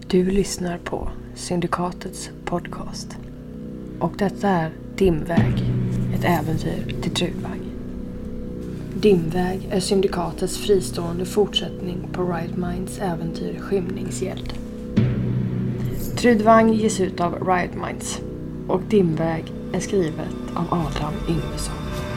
Du lyssnar på Syndikatets podcast. Och detta är Dimväg, ett äventyr till Trudvang. Dimväg är Syndikatets fristående fortsättning på Riot Minds äventyr Skymningsgäld. Trudvang ges ut av Riot Minds och Dimväg är skrivet av Adam Yngvesson.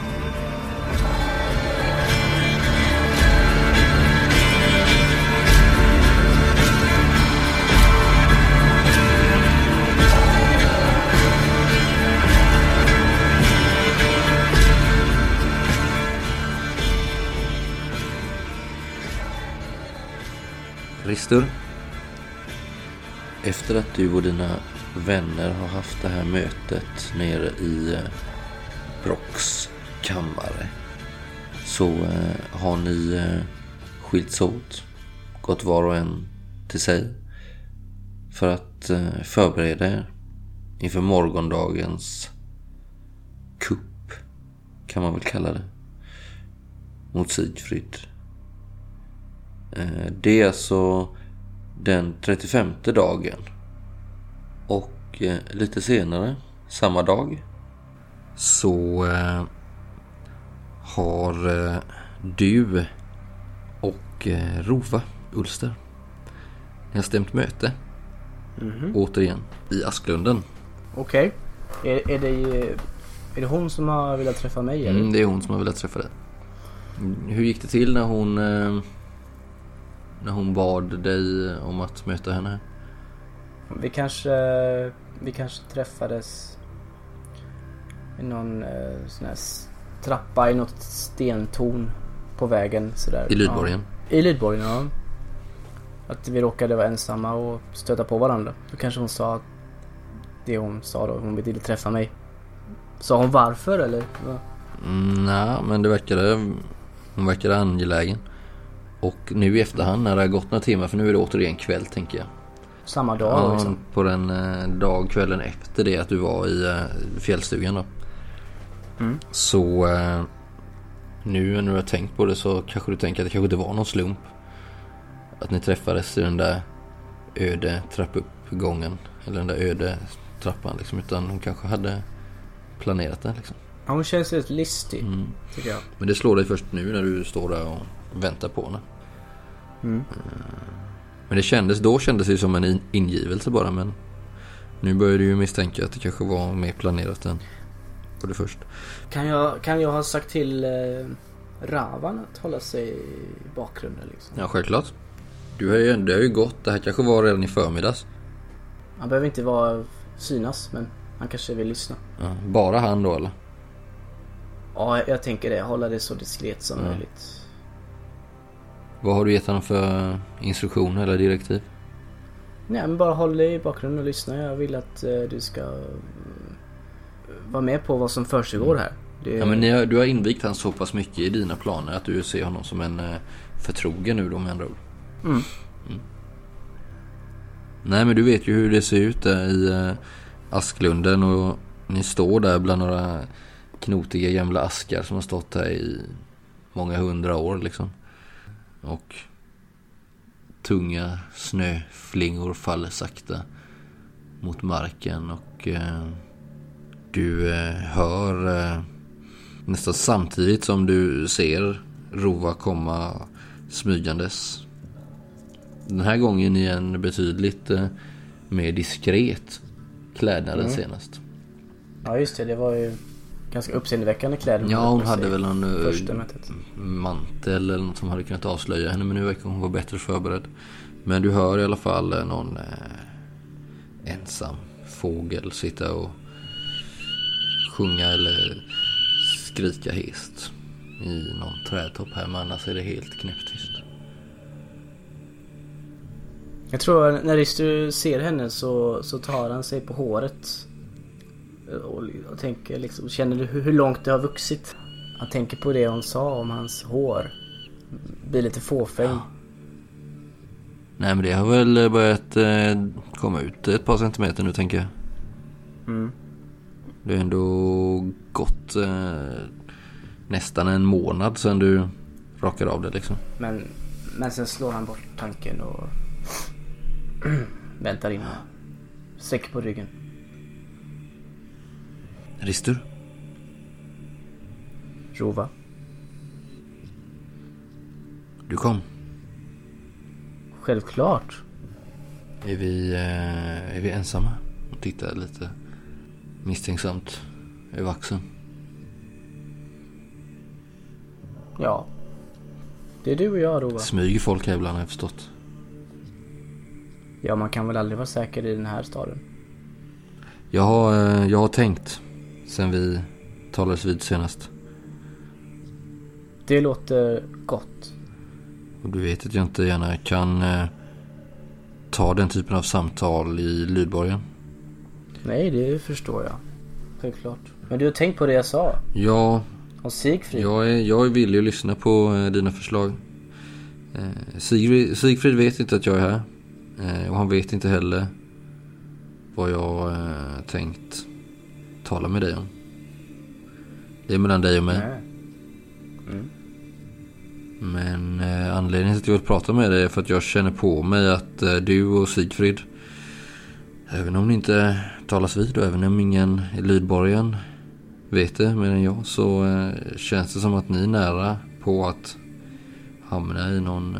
Ristur, efter att du och dina vänner har haft det här mötet nere i Brocks kammare så har ni skilts åt, gått var och en till sig för att förbereda er inför morgondagens kupp, kan man väl kalla det, mot Sigfrid. Det är alltså den 35:e dagen. Och lite senare, samma dag, så har du och Rova Ulster, ni har stämt möte. Återigen i Asklunden. Okej. Är det hon som har velat träffa mig eller? Det är hon som har velat träffa dig. Hur gick det till när hon bad dig om att möta henne? Vi kanske träffades i någon sån här trappa i något stentorn på vägen sådär. I Lydborgen? Ja. I Lydborgen, ja. Att vi råkade vara ensamma och stöta på varandra. Då kanske hon sa det hon sa då. Hon ville träffa mig. Sa hon varför eller? Nej, men hon verkade angelägen. Och nu i efterhand när det har gått några timmar, för nu är det återigen kväll tänker jag. Samma dag liksom. På den kvällen efter det att du var i fjällstugan då. Så nu när du har tänkt på det så kanske du tänker att det kanske inte var någon slump att ni träffades i den där öde trappuppgången eller den där öde trappan liksom, utan hon kanske hade planerat det liksom. Ja, hon känns lite listig tycker jag. Men det slår dig först nu när du står där och väntar på henne. Men då kändes det som en ingivelse bara, men nu börjar du ju misstänka att det kanske var mer planerat än på det först. Kan jag ha sagt till Ravan att hålla sig i bakgrunden liksom? Ja, självklart. Det har ju gått, det här kanske var redan i förmiddags. Han behöver inte synas, men han kanske vill lyssna. Ja, bara han då eller? Ja, jag tänker det. Hålla det så diskret som möjligt. Vad har du gett honom för instruktioner eller direktiv? Nej, men bara håll dig i bakgrunden och lyssna. Jag vill att du ska vara med på vad som försiggår här. Ja, men du har invigt han så pass mycket i dina planer att du ser honom som en förtrogen nu då med andra ord. Nej, men du vet ju hur det ser ut där i Asklunden och ni står där bland några knotiga gamla askar som har stått här i många 100 år liksom. Och tunga snöflingor faller sakta mot marken och du hör nästan samtidigt som du ser Rova komma smygandes. Den här gången i en betydligt mer diskret klädnad än senast. Ja just det var ju ganska uppseendeväckande kläder. Ja, hon hade väl en mantel eller något som hade kunnat avslöja henne, men nu verkar hon vara bättre förberedd. Men du hör i alla fall någon ensam fågel sitta och sjunga eller skrika hest i någon trädtopp här, men annars är det helt knäpptyst. Jag tror när du ser henne så tar han sig på håret och tänker liksom, känner du hur långt det har vuxit? Han tänker på det hon sa om hans hår. Blir lite fåfäng. Ja. Nej, men det har väl börjat komma ut ett par centimeter nu tänker jag. Det är ändå gått nästan en månad sedan du rakade av det liksom. Men sen slår han bort tanken och väntar inne. Sträcker på ryggen. Rister? Rova. Du kom. Självklart. Är vi ensamma? Och tittar lite misstänksamt över axeln. Ja. Det är du och jag, Rova. Smyger folk här ibland, har jag förstått. Ja, man kan väl aldrig vara säker i den här staden. Jag har tänkt sen vi talades vid senast. Det låter gott. Och du vet att jag inte gärna kan ta den typen av samtal i Lydborgen. Nej, det förstår jag. Självklart. Men du har tänkt på det jag sa? Ja. Om Sigfrid? Jag är villig att lyssna på dina förslag. Sigfrid vet inte att jag är här. Och han vet inte heller vad jag tänkt tala med dig om. Det är mellan dig och mig. Mm. Men anledningen till att jag vill prata med dig är för att jag känner på mig att du och Sigfrid, även om ni inte talas vid och även om ingen i Lydborgen vet det mer än jag, så känns det som att ni är nära på att hamna i någon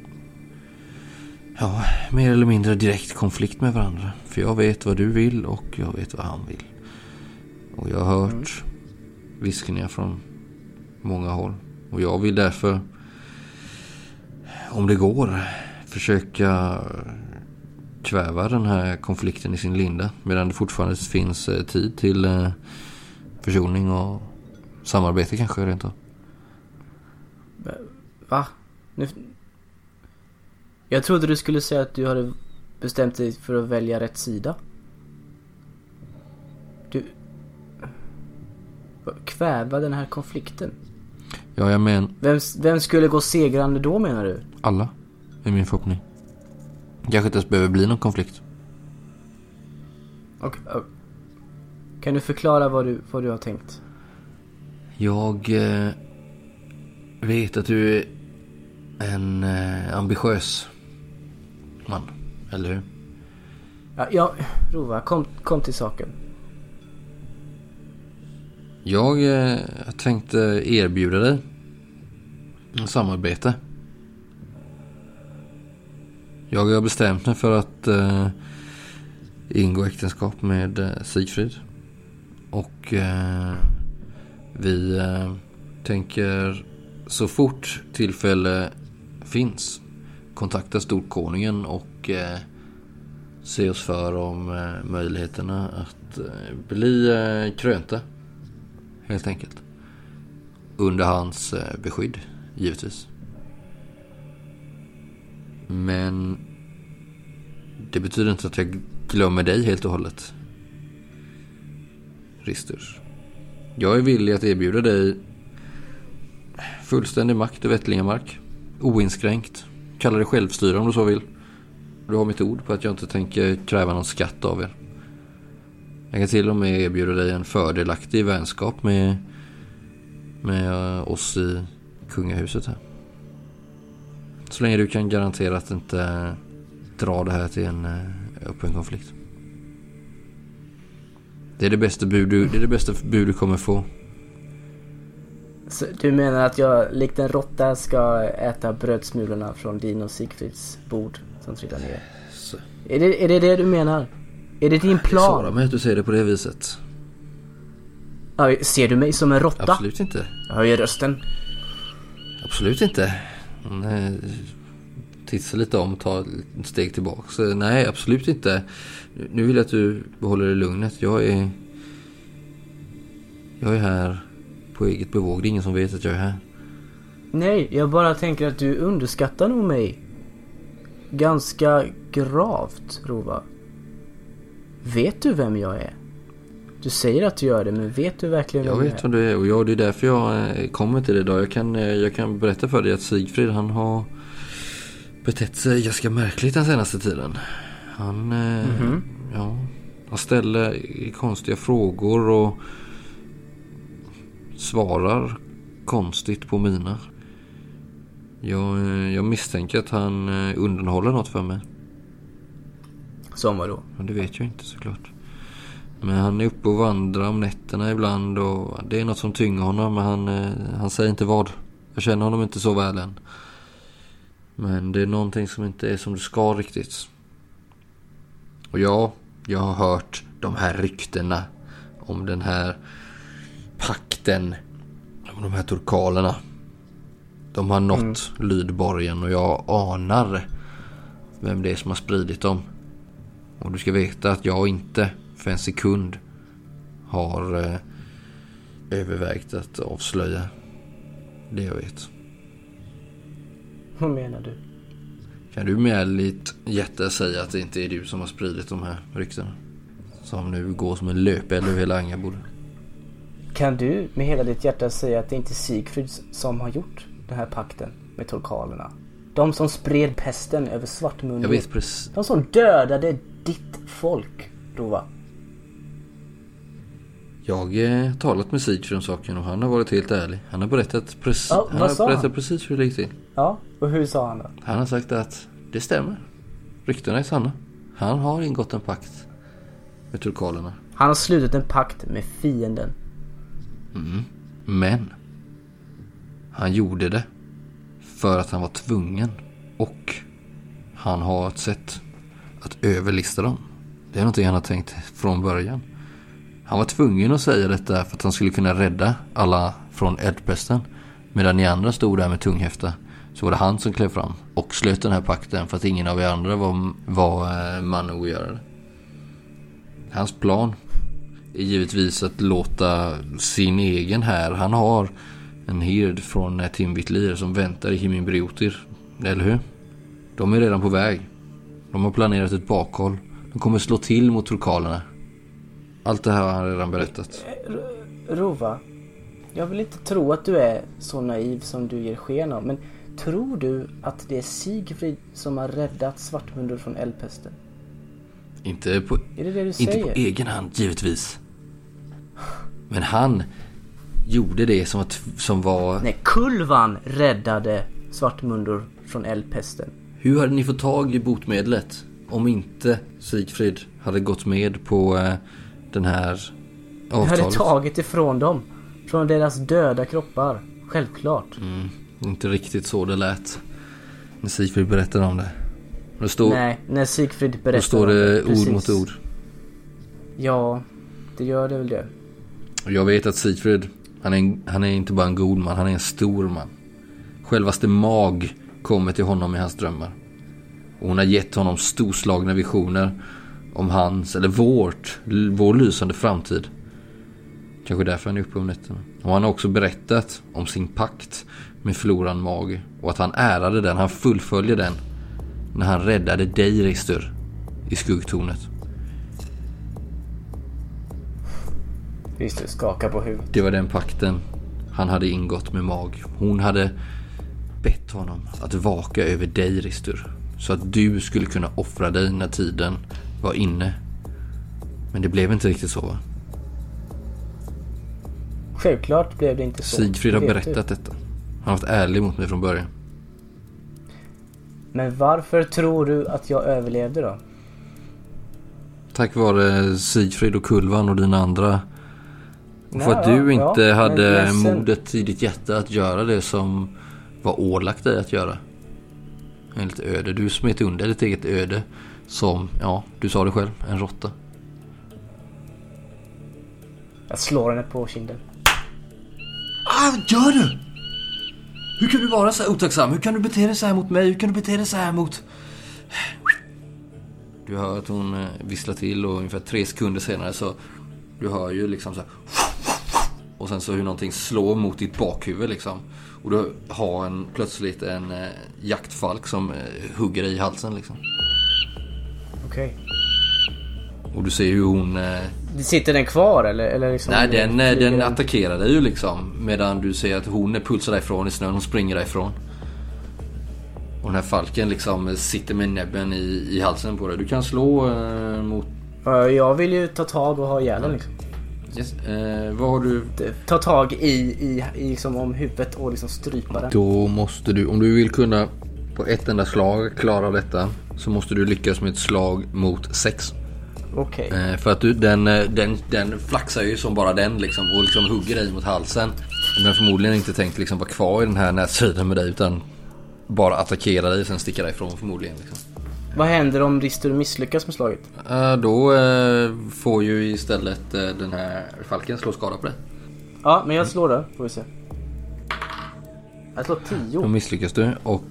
mer eller mindre direkt konflikt med varandra. För jag vet vad du vill och jag vet vad han vill. Och jag har hört viskningar från många håll. Och jag vill därför, om det går, försöka kväva den här konflikten i sin linda. Medan det fortfarande finns tid till försoning och samarbete kanske rent av. Va? Jag trodde du skulle säga att du hade bestämt dig för att välja rätt sida. Du... Kväva den här konflikten. Ja, jag men... Vem skulle gå segrande då, menar du? Alla, är min förhoppning. Kanske inte ens behöver bli någon konflikt. Och, kan du förklara vad du har tänkt? Jag vet att du är en ambitiös man, eller hur? Ja, Rova, kom till saken. Jag tänkte erbjuda dig en samarbete. Jag har bestämt mig för att ingå äktenskap med Sigfrid. Och vi tänker så fort tillfälle finns kontakta Storkonungen och se oss för om möjligheterna att bli krönta, helt enkelt. Under hans beskydd, givetvis. Men det betyder inte att jag glömmer dig helt och hållet, Risters. Jag är villig att erbjuda dig fullständig makt över Ättlingamark. Oinskränkt. Kalla det självstyre om du så vill. Du har mitt ord på att jag inte tänker kräva någon skatt av er. Jag kan till och med erbjuda dig en fördelaktig vänskap med oss i kungahuset här. Så länge du kan garantera att inte dra det här till en öppen konflikt. Det är det bästa bud du kommer få. Så du menar att jag likt en råtta ska äta brödsmulorna från din och Sigfrids bord som trillar ner? Så. Är det du menar? Är det din plan? Jag sårar mig att du säger det på det viset. Ja, ser du mig som en råtta? Absolut inte. Jag höjer rösten. Absolut inte. Titta lite om, ta ett steg tillbaka. Så, nej, absolut inte. Nu vill jag att du behåller det lugnet. Jag är här på eget bevåg. Det är ingen som vet att jag är här. Nej, jag bara tänker att du underskattar nog mig. Ganska gravt, Rova. Vet du vem jag är? Du säger att du gör det, men vet du verkligen vem jag är? Jag vet vem du är, och det är därför jag kommer till det idag. Jag kan berätta för dig att Sigfrid, han har betett sig ganska märkligt den senaste tiden. Han ställer konstiga frågor och svarar konstigt på mina. Jag misstänker att han undanhåller något för mig. Som då? Men det vet jag inte såklart. Men han är uppe och vandrar om nätterna ibland och det är något som tynger honom, men han säger inte vad. Jag känner honom inte så väl än. Men det är någonting som inte är som det ska riktigt. Och ja, jag har hört de här ryktena om den här pakten, om de här turkalerna. De har nått Lydborgen och jag anar vem det är som har spridit dem. Och du ska veta att jag inte för en sekund har övervägt att avslöja det jag vet. Vad menar du? Kan du med ärligt hjärta säga att det inte är du som har spridit de här ryktena? Som nu går som en löpeld över hela Angabod. Kan du med hela ditt hjärta säga att det inte är Sigfrid som har gjort den här pakten med turkalerna? De som spred pesten över Svartmundur. Jag vet precis. De som dödade ditt folk, Rova. Jag har talat med Sigfrid om saken och han har varit helt ärlig. Han har berättat precis, precis hur det gick till. Ja, och hur sa han då? Han har sagt att det stämmer. Ryktena är sanna. Han har ingått en pakt med turkalerna. Han har slutit en pakt med fienden. Men han gjorde det för att han var tvungen. Och han har ett sätt att överlista dem. Det är någonting han har tänkt från början. Han var tvungen att säga detta för att han skulle kunna rädda alla från eldpesten. Medan ni andra stod där med tunghäfta, så var det han som klev fram och slöt den här pakten för att ingen av er andra var man nog att göra det. Hans plan är givetvis att låta sin egen här. Han har en hird från Timvitlir som väntar i Himinbriotir, eller hur? De är redan på väg. De har planerat ett bakhåll. De kommer slå till mot turkalerna. Allt det här har han redan berättat. Rova, jag vill inte tro att du är så naiv som du ger sken av, men tror du att det är Sigfrid som har räddat Svartmundur från eldpesten? Inte på egen hand, givetvis. Men han gjorde det som var... Nej, Kulvan räddade Svartmundur från eldpesten. Hur hade ni fått tag i botmedlet om inte Sigfrid hade gått med på den här avtalet? Jag hade tagit ifrån dem. Från deras döda kroppar. Självklart. Inte riktigt så det lät när Sigfrid berättade om det. Nej, när Sigfrid berättade. Då står det ord mot ord. Ja, det gör det väl det. Och jag vet att Sigfrid, han är inte bara en god man, han är en stor man. Självaste Mag kommer till honom i hans drömmar. Och hon har gett honom storslagna visioner om hans, eller vår lysande framtid. Kanske därför han är uppe om nätterna. Och han har också berättat om sin pakt med Floran Mag. Och att han ärade den, han fullföljer den när han räddade dig, Ristur, i skuggtornet. Ristur skakar på huvudet. Det var den pakten han hade ingått med Mag. Hon hade bett honom att vaka över dig, Ristur, så att du skulle kunna offra dig när tiden var inne. Men det blev inte riktigt så, va? Självklart blev det inte så. Sigfrid har berättat detta. Han har varit ärlig mot mig från början. Men varför tror du att jag överlevde då? Tack vare Sigfrid och Kulvan och dina andra. Och för att du inte hade modet i ditt hjärta att göra det som var ålagt dig att göra. Enligt öde. Du smet under ditt eget öde som, ja, du sa det själv, en råtta. Jag slår henne på kinden. Vad gör du? Hur kan du vara så här otacksam? Hur kan du bete dig så här mot mig? Hur kan du bete dig så här mot... Du hör att hon visslar till och ungefär 3 sekunder senare så... Du hör ju liksom så här... Och sen så hur någonting slår mot ditt bakhuvud liksom. Och du har plötsligt en jaktfalk som hugger i halsen liksom. Okej. Och du ser hur hon... Sitter den kvar eller liksom? Nej, den attackerar dig ju liksom. Medan du ser att hon pulsar därifrån i snön. Hon springer därifrån. Och den här falken liksom sitter med näbben i halsen på dig. Du kan slå mot... Jag vill ju ta tag och ha ihjäl den liksom. Yes. Vad har du? Ta tag i liksom om huvudet och liksom strypa den. Då måste du, om du vill kunna På ett enda slag klarar detta så måste du lyckas med ett slag mot 6. Okej. För att den flaxar ju som bara den liksom, och liksom hugger dig mot halsen. Den har förmodligen inte tänkt liksom vara kvar i den här närstriden med dig utan bara attackera dig och sen sticka dig ifrån förmodligen liksom. Vad händer om Ristur misslyckas med slaget? Då får ju istället den här falken slå skada på dig. Ja, men jag slår det, får vi se. Jag slår 10. Då misslyckas du och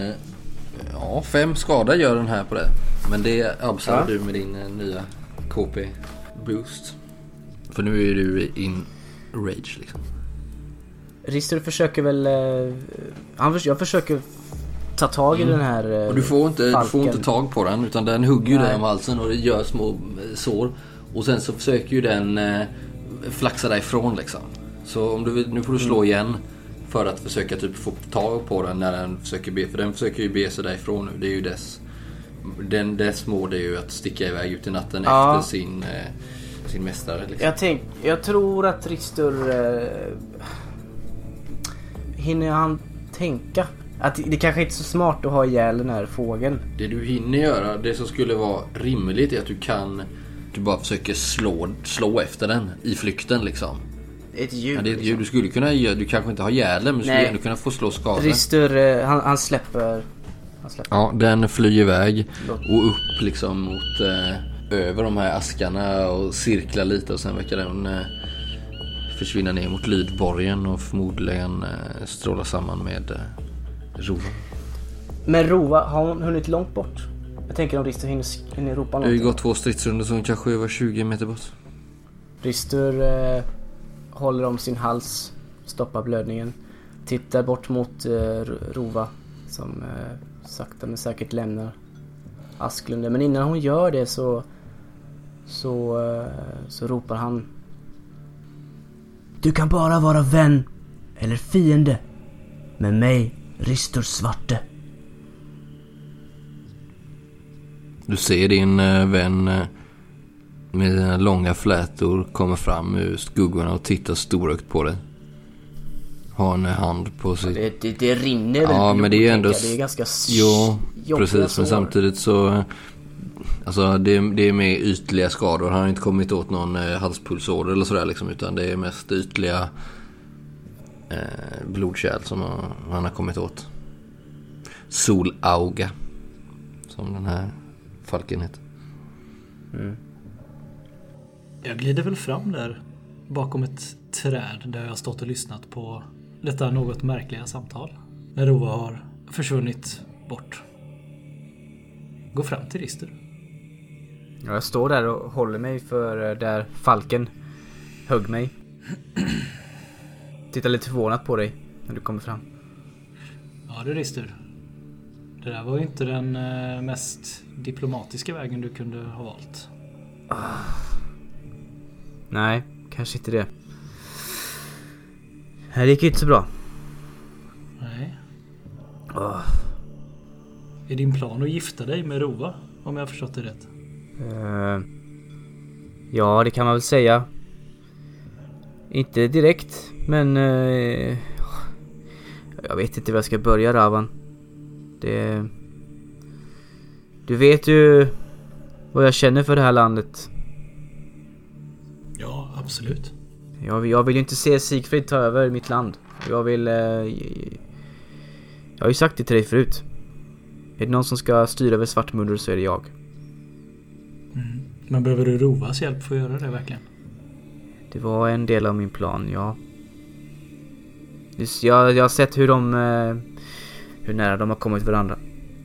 5 skada gör den här på dig. Men det absorberar du med din nya KP boost. För nu är du in rage liksom. Ristur försöker väl... jag försöker ta tag i den här och du får inte tag på den utan den hugger ju dig om halsen och det gör små sår. Och sen så försöker ju den flaxa dig ifrån liksom. Så om du vill, nu får du slå igen för att försöka typ få tag på den när den försöker be. För den försöker ju be sig därifrån nu. Det är ju dess mål är ju att sticka iväg ut i natten efter sin mästare liksom. Jag tror att Ristur hinner han tänka att det kanske inte är så smart att ha ihjäl den här fågeln. Det du hinner göra, det som skulle vara rimligt är att du bara försöker slå efter den i flykten liksom. Ett djur. Ja, det är ett djur. Du skulle kunna du kanske inte har ihjäl den, men du skulle ändå kunna få slå skada. Ristur han släpper. Ja, den flyr iväg och upp liksom mot över de här askarna och cirklar lite och sen verkar den försvinna ner mot Lydborgen och förmodligen stråla samman med Rova. Men Rova, har hon hunnit långt bort? Jag tänker om Ristur hinner ropa något. Det har ju gått 2 stridsrunder som kanske över 20 meter bort. Ristur håller om sin hals, stoppar blödningen, tittar bort mot Rova som sakta men säkert lämnar Asklunden. Men innan hon gör det så ropar han: Du kan bara vara vän eller fiende med mig, Ristur Svarte. Du ser din vän med dina långa flätor kommer fram ur skuggorna och tittar storögt på dig. Har en hand på sig. Det rinner väl. Ja, men det är ändå... Det är ganska... Jo, precis. Men samtidigt så... Alltså det är mer ytliga skador. Han har inte kommit åt någon halspulsåder eller sådär liksom. Utan det är mest ytliga blodkärl som han har kommit åt. Solauga. Som den här falken heter. Mm. Jag glider väl fram där bakom ett träd där jag har stått och lyssnat på detta något märkliga samtal. När Rova har försvunnit bort. Gå fram till Ristur. Jag står där och håller mig för där falken högg mig. Tittar lite förvånat på dig när du kommer fram. Ja du Ristur. Det där var ju inte den mest diplomatiska vägen du kunde ha valt. Nej, kanske inte det. Det gick inte så bra. Nej. Är din plan att gifta dig med Rova, om jag har förstått det rätt? Ja, det kan man väl säga. Inte direkt, men jag vet inte var jag ska börja, Ravan. Du vet ju vad jag känner för det här landet. Ja, absolut. Jag vill ju inte se Sigfrid ta över mitt land. Jag har ju sagt det till dig förut. Är det någon som ska styra över Svartmunder så är det jag. Mm. Men behöver du Rovas hjälp för att göra det verkligen? Det var en del av min plan, ja. Jag har sett hur nära de har kommit varandra.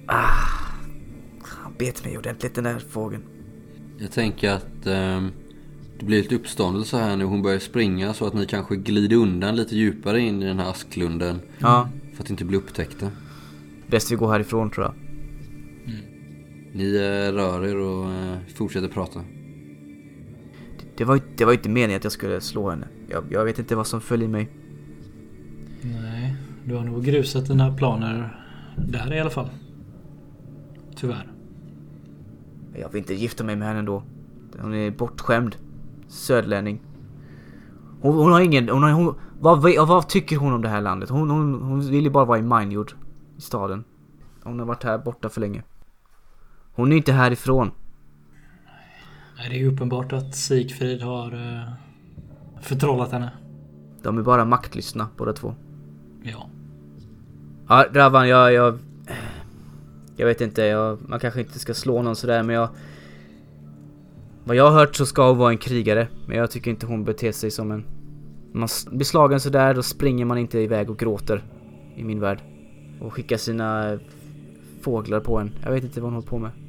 Han bet mig ordentligt, den där fågeln. Jag tänker att det blir lite uppståndelse här nu. Hon börjar springa så att ni kanske glider undan lite djupare in i den här asklunden. Ja. För att inte bli upptäckta. Bäst vi går härifrån, tror jag. Mm. Ni rör er och fortsätter prata. Det var inte meningen att jag skulle slå henne. Jag vet inte vad som följer mig. Nej, du har nog grusat dina planer där i alla fall. Tyvärr. Jag vill inte gifta mig med henne ändå. Hon är bortskämd. Södlänning. Hon har ingen... Vad tycker hon om det här landet? Hon vill ju bara vara i Minejord. I staden. Hon har varit här borta för länge. Hon är inte härifrån. Nej, det är uppenbart att Sigfrid har förtrollat henne. De är bara maktlystna båda två. Ja. Ja, Ravan, jag vet inte, man kanske inte ska slå någon sådär, men vad jag har hört så ska hon vara en krigare, men jag tycker inte hon beter sig som en... Man blir slagen sådär, då springer man inte iväg och gråter i min värld. Och skickar sina fåglar på en. Jag vet inte vad hon håller på med.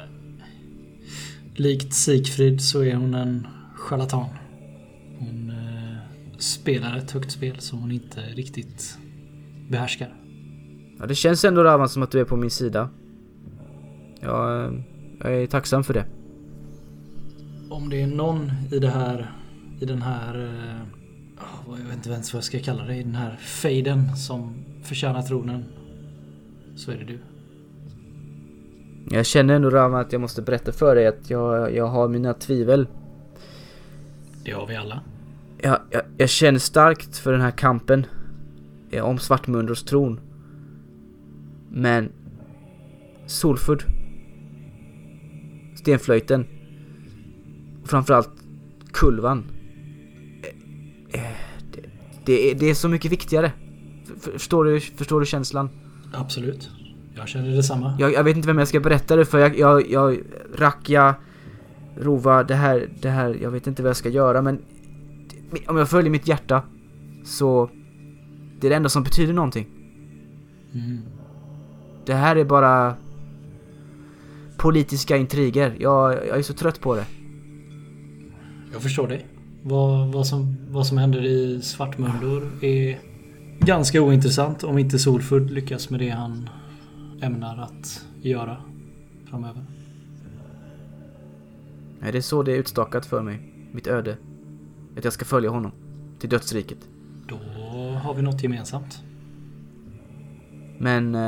Likt Sigfrid så är hon en charlatan. Hon spelar ett högt spel som hon inte riktigt behärskar. Ja, det känns ändå, Ravan, som att du är på min sida. Jag är tacksam för det. Om det är någon i den här jag vet inte ens vad jag ska kalla det, i den här fejden som förtjänar tronen, så är det du. Jag känner ändå, Ravan, att jag måste berätta för dig att jag har mina tvivel. Det har vi alla. Jag känner starkt för den här kampen om Svartmundros tron. Men Solfurd, Stenflöjten och framförallt Kulvan, det är så mycket viktigare. Förstår du känslan? Absolut. Jag känner detsamma. Jag vet inte vem jag ska berätta det för. Jag Rakja, Rova, det här, jag vet inte vad jag ska göra, men om jag följer mitt hjärta så det är det enda som betyder någonting. Det här är bara politiska intriger. Jag är så trött på det. Jag förstår dig. Vad som händer i Svartmundor är ganska ointressant om inte Solfurd lyckas med det han ämnar att göra framöver. Nej, det är så det är utstakat för mig. Mitt öde. Att jag ska följa honom till dödsriket. Då har vi något gemensamt. Men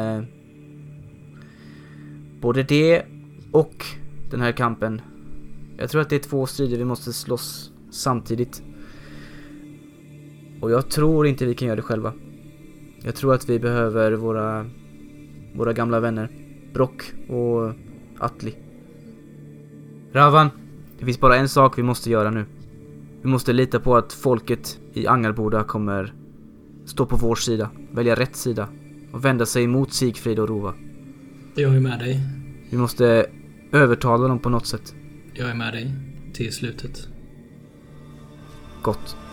både det och den här kampen, jag tror att det är 2 strider vi måste slåss samtidigt. Och jag tror inte vi kan göra det själva. Jag tror att vi behöver våra gamla vänner Brock och Atli. Ravan, det finns bara en sak vi måste göra nu. Vi måste lita på att folket i Angerboda kommer stå på vår sida, välja rätt sida och vända sig emot Sigfrid och Rova. Jag är med dig. Vi måste övertala dem på något sätt. Jag är med dig till slutet. Gott.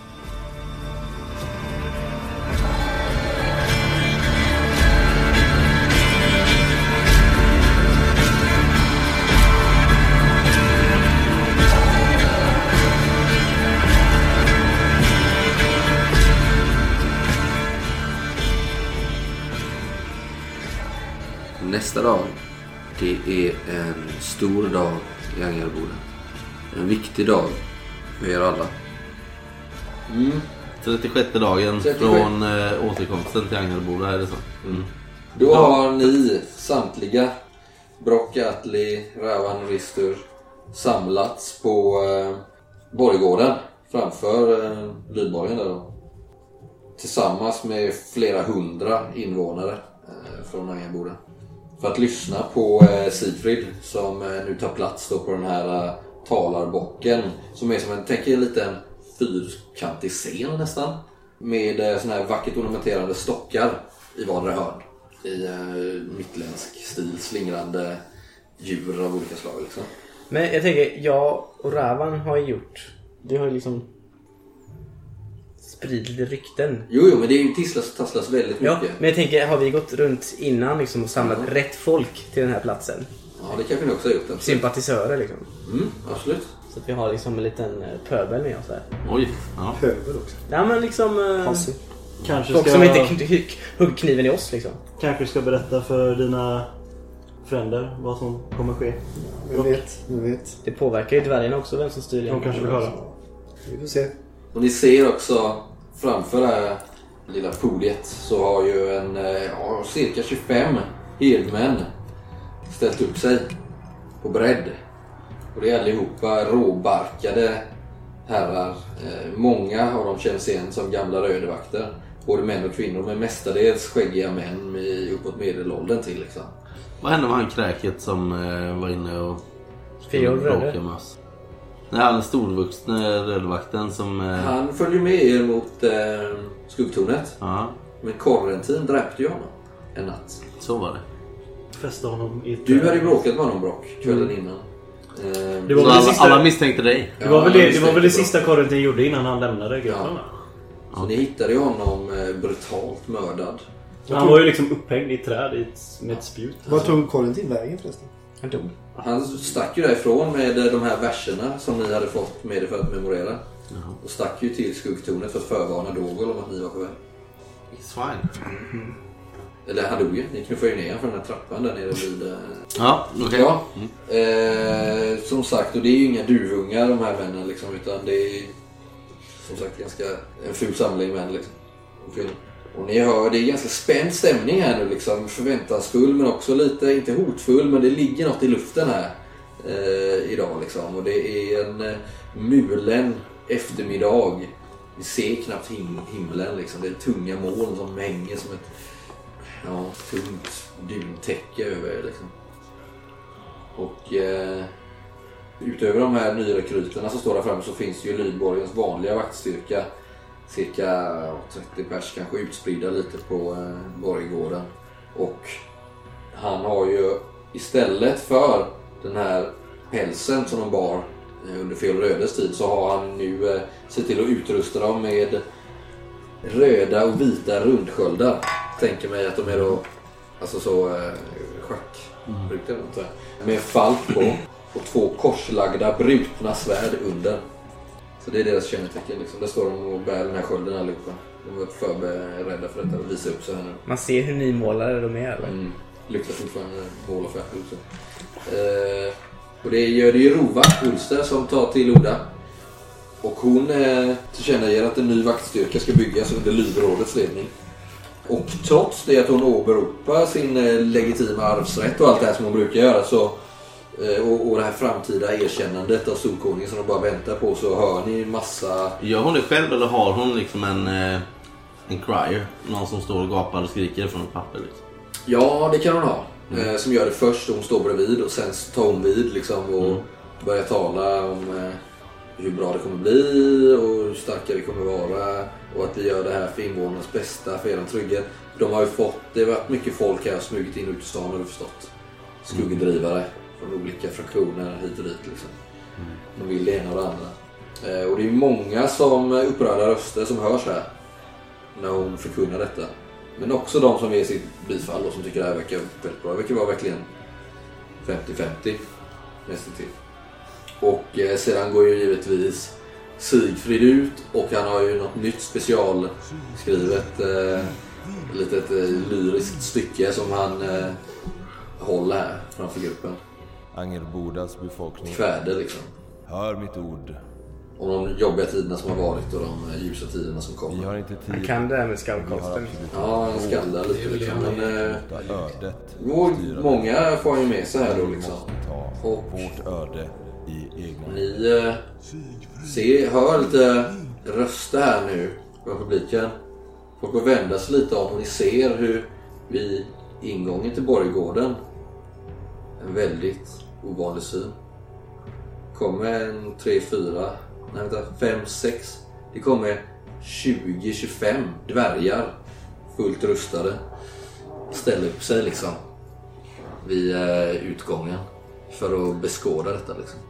Nästa dag, det är en stor dag i Angerboda. En viktig dag för er alla. 36 dagen 36. Från återkomsten till Angerboda, är det så? Då har ni samtliga, Brock, Atli, Ravan och Ristur, samlats på borggården framför Lydborgen där då. Tillsammans med flera hundra invånare från Angerboda. För att lyssna på Sigfrid som nu tar plats då på den här talarbocken. Som är som en liten fyrkantig scen nästan. Med såna här vackert ornamenterade stockar i vardera hörn. I mittländsk stil, slingrande djur av olika slag liksom. Men jag tänker, jag och Ravan har gjort... Vi har liksom spridit lite rykten. Jo, men det är ju tasslas väldigt mycket. Ja, men jag tänker, har vi gått runt innan liksom och samlat rätt folk till den här platsen? Ja, det kanske ni också har gjort. Absolut. Sympatisörer liksom. Absolut. Så att vi har liksom en liten pöbel med oss här. Oj, ja. Pöbel också. Ja, men liksom... Kanske folk som inte hugg kniven i oss liksom. Kanske ska berätta för dina fränder vad som kommer ske. Jag vet. Det påverkar ju dvärgarna också, vem som styr. De kanske vill höra. Vi får se. Och ni ser också framför det här lilla podiet så har ju cirka 25 herdmän ställt upp sig på bredd. Och det är allihopa råbarkade herrar. Många av dem känns igen som gamla rödvakter. både män och kvinnor, men mestadels skäggiga män med uppåt medelåldern till liksom. Vad hände med han kräket som var inne och... Fiol Röde? Nej, han storvuxna rödvakten som... Han följde med er mot skuggtornet. Ja, Men Corentin dräpte ju honom en natt. så var det. Fästa honom i ett... Du hade ju bråkat med honom, Brock, kvällen innan. Det var Så väl det alla, sista... alla misstänkte dig. Det var väl det, det, var väl det misstänkte sista Corentin gjorde innan han lämnade gruppen. Ja. Så ni hittade ju honom brutalt mördad. Han var ju liksom upphängd i ett träd med ett spjut. Vad tog Corentin vägen förresten? Han dog. Han stack ju därifrån med de här verserna som ni hade fått med er för att memorera. Och stack ju till skuggtornet för att förvarna Dogol om att ni var på väg. Fine. Eller han dog ju. Ni knuffade ju ner från den här trappan där nere vid... Ja, okej. Ja. Som sagt, och det är ju inga duvungar de här männen liksom, utan det är som sagt ganska en ful samling män liksom. Och ni hör, det är ganska spänd stämning här nu liksom, förväntansfull men också lite, inte hotfull, men det ligger något i luften här idag liksom. Och det är en mulen eftermiddag. Vi ser knappt himlen liksom, det är tunga moln som hänger som ett tungt duntäcke över er liksom. Och utöver de här nyrekryterna som står där framme så finns ju Lydborgens vanliga vaktstyrka. Cirka 30 pers kanske utspridda lite på borggården. Och han har ju istället för den här pälsen som de bar under Fjällrödes tid så har han nu sett till att utrusta dem med röda och vita rundsköldar. Tänker mig att de är då alltså så schackbrukar inte. Med falk på och 2 korslagda brutna svärd under. Så det är deras kännetecken liksom. Där står de och bär den här skölden allihopa. De var förberedda för detta och visa upp sig här nu. Man ser hur nymålade de är eller? Lyckas fortfarande måla färdigt också. Och det gör det ju Rova Ulster som tar till orda. Och hon tillkännager att en ny vaktstyrka ska byggas under Lydrådets ledning. Och trots det att hon åberopar sin legitima arvsrätt och allt det här som hon brukar göra så och det här framtida erkännandet av Solkonungen som de bara väntar på, så hör ni en massa... Gör hon det själv eller har hon liksom en crier? Någon som står och gapar och skriker från ett papper liksom? Ja, det kan hon ha. Som gör det först och hon står bredvid och sen tar hon vid liksom och börjar tala om hur bra det kommer bli och hur starka vi kommer vara och att vi gör det här för invånarnas bästa, för er trygghet. De har ju fått, det har varit mycket folk här smugit in ut i stan, har du förstått. Skuggdrivare från olika fraktioner hit och dit liksom. De vill det ena och det andra. Och det är många som upprörda röster som hörs här när hon förkunnar detta. Men också de som ger sitt bifall och som tycker det här verkar väldigt bra. Det verkar vara verkligen 50-50 nästan till. Och sedan går ju givetvis Sigfrid ut och han har ju något nytt specialskrivet litet lyriskt stycke som han håller här framför gruppen. Angerbodas befolkning. Kväder liksom. Hör mitt ord. Och de jobbiga tiderna som har varit och de ljusa tiderna som kommer. Vi har inte tid. Han kan det här med skallkosten. Ja, han skaldar lite liksom. Men ödet. många får ju med sig här då liksom. Och vårt öde i egna. Ni hör lite röster här nu på publiken. Folk får vända sig lite om och ni ser hur vid ingången till borggården, en väldigt ovanlig syn, kommer en 5, 6. Det kommer 20-25 dvärgar fullt rustade. Ställer upp sig liksom vid utgången för att beskåda detta liksom.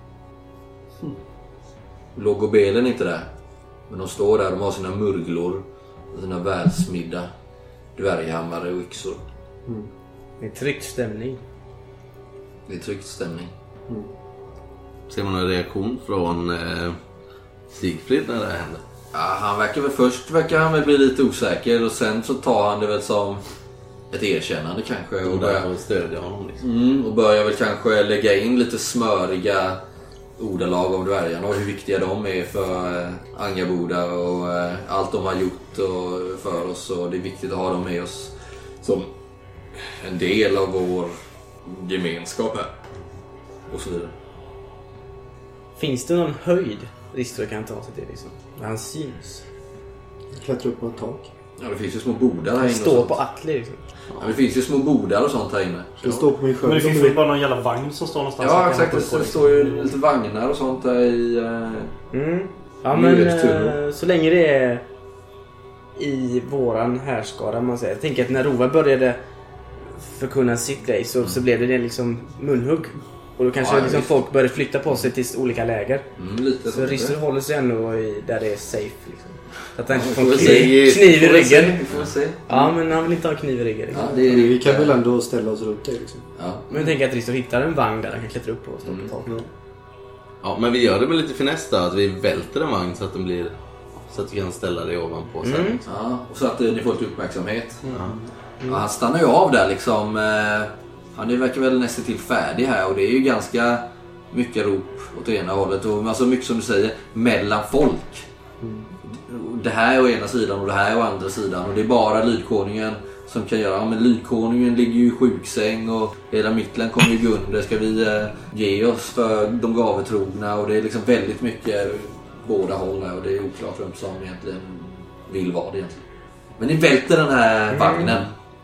Logobelen är inte där, men de står där, de har sina murglor och sina välsmidda dvärghammare och yxor. Det är tryckt stämning. Det är tryckt stämning. Ser man en reaktion från Sigfrid när det händer? Ja, han verkar väl först han väl bli lite osäker och sen så tar han det väl som ett erkännande kanske och börjar stödja honom liksom. Och börjar väl kanske lägga in lite smöriga ordalag om dvärgarna och hur viktiga de är för Angerboda och allt de har gjort och för oss, och det är viktigt att ha dem med oss som en del av vår gemenskap här och så vidare. Finns det någon höjd Ristor kan ta sig till liksom? När han syns? Klättra upp på ett tak. Ja, det finns ju små bodar här inne. Det står på Atli liksom. Ja, det finns ju små bodar och sånt här inne. Det står på min sjö. Men det finns väl bara någon jävla vagn som står någonstans. Ja, exakt. Det står ju lite vagnar och sånt där i... Ja, men så länge det är i våran härskara, man säger. Jag tänker att när Rova började förkunna sitt grej så blev det liksom munhugg. Och då kanske liksom folk började flytta på sig till olika läger. Lite så Rister håller sig ändå där det är safe liksom. Så att han inte får kniv i ryggen. Se. Ja, men han vill inte ha kniv i ryggen liksom. Vi kan väl ändå ställa oss runt det liksom. Ja. Men jag tänker att Rister hittar en vagn där han kan klättra upp på och stå på taket. Ja, men vi gör det med lite finess då, att vi välter en vagn så att den blir... Så att vi kan ställa det ovanpå sen. Ja, och så att ni får lite uppmärksamhet. Ja, han stannar ju av där liksom. Han verkar väl nästan till färdig här. Och det är ju ganska mycket rop åt ena hållet. Och alltså mycket som du säger, mellan folk. Det här är å ena sidan och det här är å andra sidan. Och det är bara lydkonungen som kan göra. Ja, men lydkonungen ligger ju i sjuksäng. Och hela Mittland kommer ju gå under. Ska vi ge oss för de gavetrogna. Och det är liksom väldigt mycket... båda håll här och det är oklart vem som egentligen vill vad egentligen. Men ni välter den här vagnen.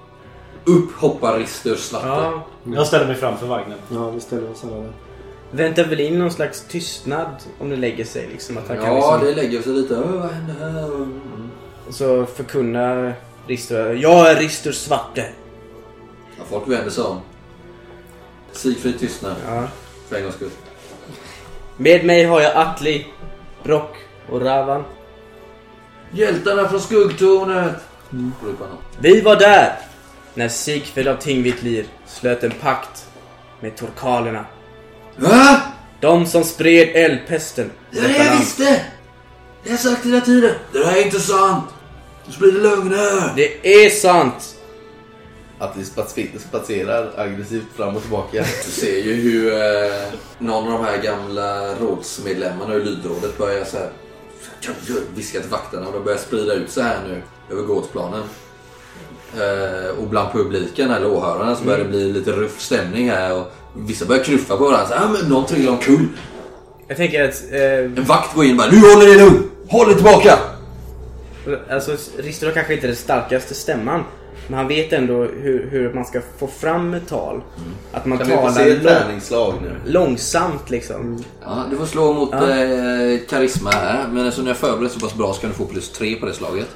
Upp hoppar Rister Slatte. Ja. Jag ställer mig framför vagnen. Ja, vi ställer oss alla där. Väntar väl in någon slags tystnad om det lägger sig liksom, att han kan Ja, liksom... det lägger sig lite. Vad händer här? Och så förkunna Rister. Jag är Rister Svarte. Ja, folk vänder sig om. Sigfrid tystnar. Ja. För en gångs skull. Med mig har jag Atli, Brock och Ravan. Hjältarna från skuggtornet. Vi var där när Sigfrid av Tingvitlir slöt en pakt med torkalerna. Va? De som spred eldpesten. Det är det jag visste! Det har jag sagt hela tiden. Det här är inte sant. Du sprider lögner. Det är sant. Att vi spatserar aggressivt fram och tillbaka. Du ser ju hur någon av de här gamla rådsmedlemmarna i lydrådet börjar så här viska till vakterna och de börjar sprida ut så här nu över gårdsplanen. Och bland publiken eller åhörarna så börjar det bli lite ruff stämning här och vissa börjar knuffa på varandra. Så, men någon trillar omkull. Jag tänker att... En vakt går in och bara, nu håller det nu! Håll det tillbaka! Alltså, Rister har kanske inte den starkaste stämman. Men han vet ändå hur man ska få fram ett tal. Att man kan talar långsamt liksom. Ja, du får slå mot karisma här. Men eftersom jag är förberett så pass bra så kan du få plus 3 på det slaget.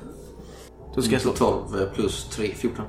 Då ska jag slå 12 plus 3, 14.